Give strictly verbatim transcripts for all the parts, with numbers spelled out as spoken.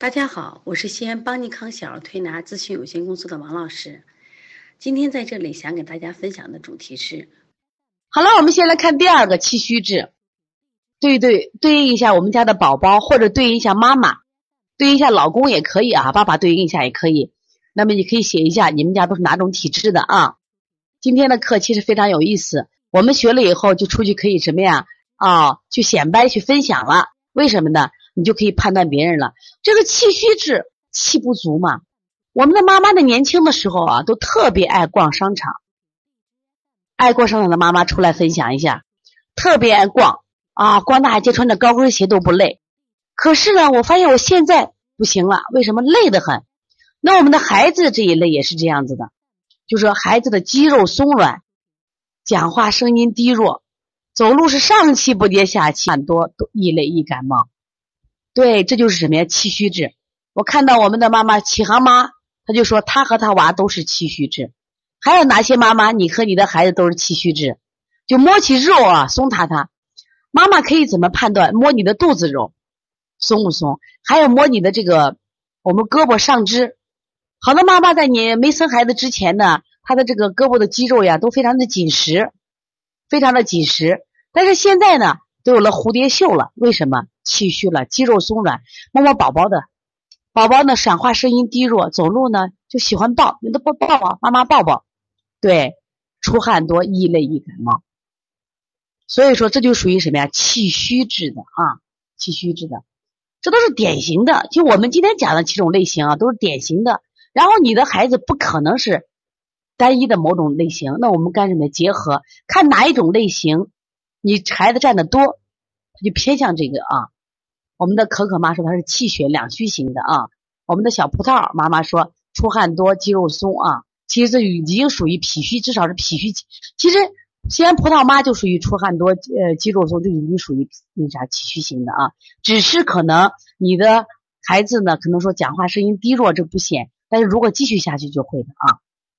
大家好，我是西安邦尼康小儿推拿咨询有限公司的王老师。今天在这里想给大家分享的主题是， 好了，我们先来看第二个气虚质，对对对应一下我们家的宝宝，或者对应一下妈妈，对应一下老公也可以啊，爸爸对应一下也可以。那么你可以写一下你们家都是哪种体质的啊。今天的课其实非常有意思，我们学了以后就出去可以什么呀啊，去显摆去分享了。为什么呢？你就可以判断别人了。这个气虚质，气不足嘛。我们的妈妈的年轻的时候啊，都特别爱逛商场。爱逛商场的妈妈出来分享一下，特别爱逛啊，逛大街穿着高跟鞋都不累。可是呢，我发现我现在不行了，为什么？累得很。那我们的孩子这一类也是这样子的，就是说孩子的肌肉松软，讲话声音低弱，走路是上气不接下气，很多都易累易感冒。对，这就是什么呀？气虚质。我看到我们的妈妈启航妈，她就说她和她娃都是气虚质。还有哪些妈妈你和你的孩子都是气虚质？就摸起肉啊，松塌塌。妈妈可以怎么判断？摸你的肚子肉松不松，还有摸你的这个我们胳膊上肢。好多妈妈在你没生孩子之前呢，她的这个胳膊的肌肉呀都非常的紧实，非常的紧实。但是现在呢都有了蝴蝶袖了，为什么？气虚了，肌肉松软。摸摸宝宝的，宝宝呢讲话声音低弱，走路呢就喜欢抱，你都不抱啊，妈妈抱抱。对，出汗多，易累易感冒。所以说这就属于什么呀？气虚质的啊，气虚质的，这都是典型的。就我们今天讲的几种类型啊，都是典型的。然后你的孩子不可能是单一的某种类型，那我们干什么？结合看哪一种类型你孩子占的多，他就偏向这个啊。我们的可可妈说她是气血两虚型的啊，我们的小葡萄妈妈说出汗多肌肉松啊，其实这已经属于脾虚，至少是脾虚。其实西安葡萄妈就属于出汗多呃肌肉松，就已经属于那啥气虚型的啊。只是可能你的孩子呢可能说讲话声音低弱，这不显，但是如果继续下去就会的啊。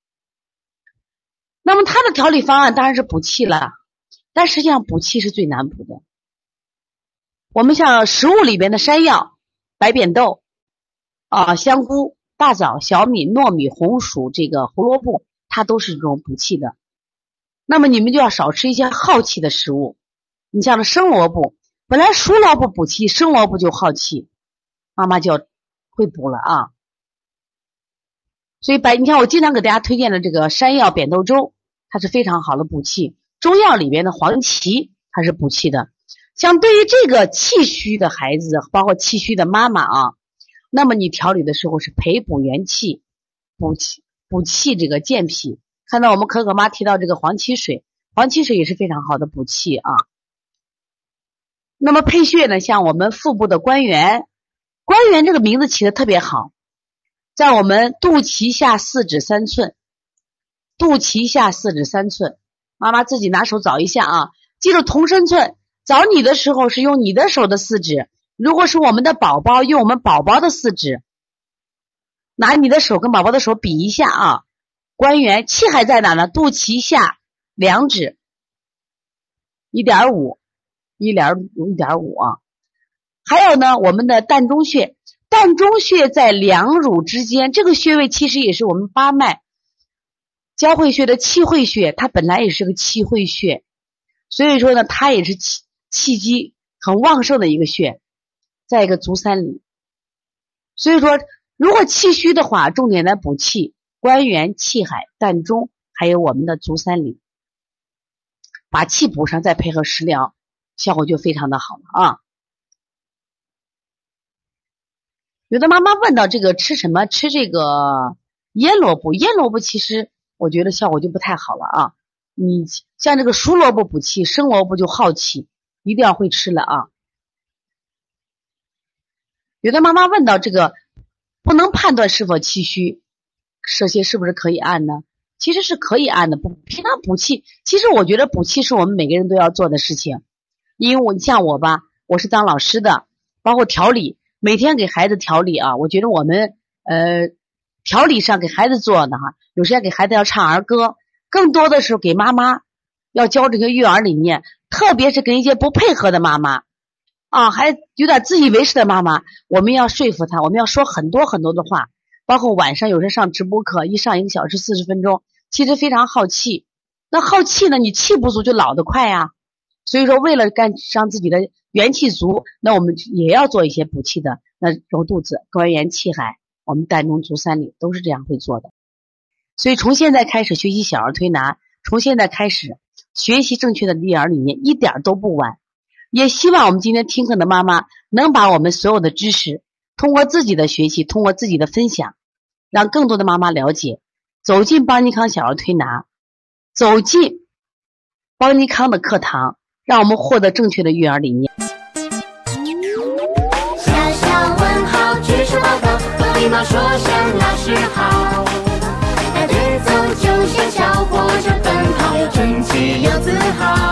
那么它的调理方案当然是补气了，但实际上补气是最难补的。我们像食物里边的山药、白扁豆啊、香菇、大枣、小米、糯米、红薯、这个胡萝卜，它都是这种补气的。那么你们就要少吃一些耗气的食物。你像生萝卜，本来熟萝卜补气，生萝卜就耗气，妈妈就要会补了啊。所以白，你看我经常给大家推荐的这个山药扁豆粥，它是非常好的补气。中药里边的黄芪，它是补气的。像对于这个气虚的孩子，包括气虚的妈妈啊，那么你调理的时候是培补元气，补气补气这个健脾。看到我们可可妈提到这个黄芪水，黄芪水也是非常好的补气啊。那么配穴呢，像我们腹部的关元，关元这个名字起的特别好，在我们肚脐下四指三寸，肚脐下四指三寸，妈妈自己拿手找一下啊，记住同身寸。找你的时候是用你的手的四指，如果是我们的宝宝，用我们宝宝的四指，拿你的手跟宝宝的手比一下啊。关元气海在哪呢？肚脐下两指 一点五 一点五 啊。还有呢，我们的膻中穴，膻中穴在两乳之间，这个穴位其实也是我们八脉交汇穴的气会穴，它本来也是个气会穴，所以说呢，它也是气气机很旺盛的一个穴，在一个足三里。所以说如果气虚的话，重点来补气，关元、气海、膻中，还有我们的足三里，把气补上，再配合食疗，效果就非常的好了啊。有的妈妈问到这个吃什么？吃这个腌萝卜，腌萝卜其实我觉得效果就不太好了啊。你像这个熟萝卜补气，生萝卜就耗气，一定要会吃了啊。有的妈妈问到这个不能判断是否气虚，这些是不是可以按呢？其实是可以按的。平常补气，其实我觉得补气是我们每个人都要做的事情。因为我像我吧，我是当老师的，包括调理，每天给孩子调理啊，我觉得我们呃调理上给孩子做的哈，有时间给孩子要唱儿歌，更多的是给妈妈要教这个育儿理念，特别是跟一些不配合的妈妈， 啊，还有点自以为是的妈妈，我们要说服她，我们要说很多很多的话，包括晚上有时上直播课，一上一个小时四十分钟，其实非常耗气。那耗气呢，你气不足就老得快呀、啊。所以说，为了干让自己的元气足，那我们也要做一些补气的，那揉肚子、关元气海，我们膻中足三里都是这样会做的。所以从现在开始学习小儿推拿，从现在开始学习正确的育儿理念，一点都不晚。也希望我们今天听课的妈妈能把我们所有的知识通过自己的学习，通过自己的分享，让更多的妈妈了解，走进邦尼康小儿推拿，走进邦尼康的课堂，让我们获得正确的育儿理念。 小小问号，举手报告，有礼貌说声老师好。带队走就像小火车奔跑，有春气有自豪。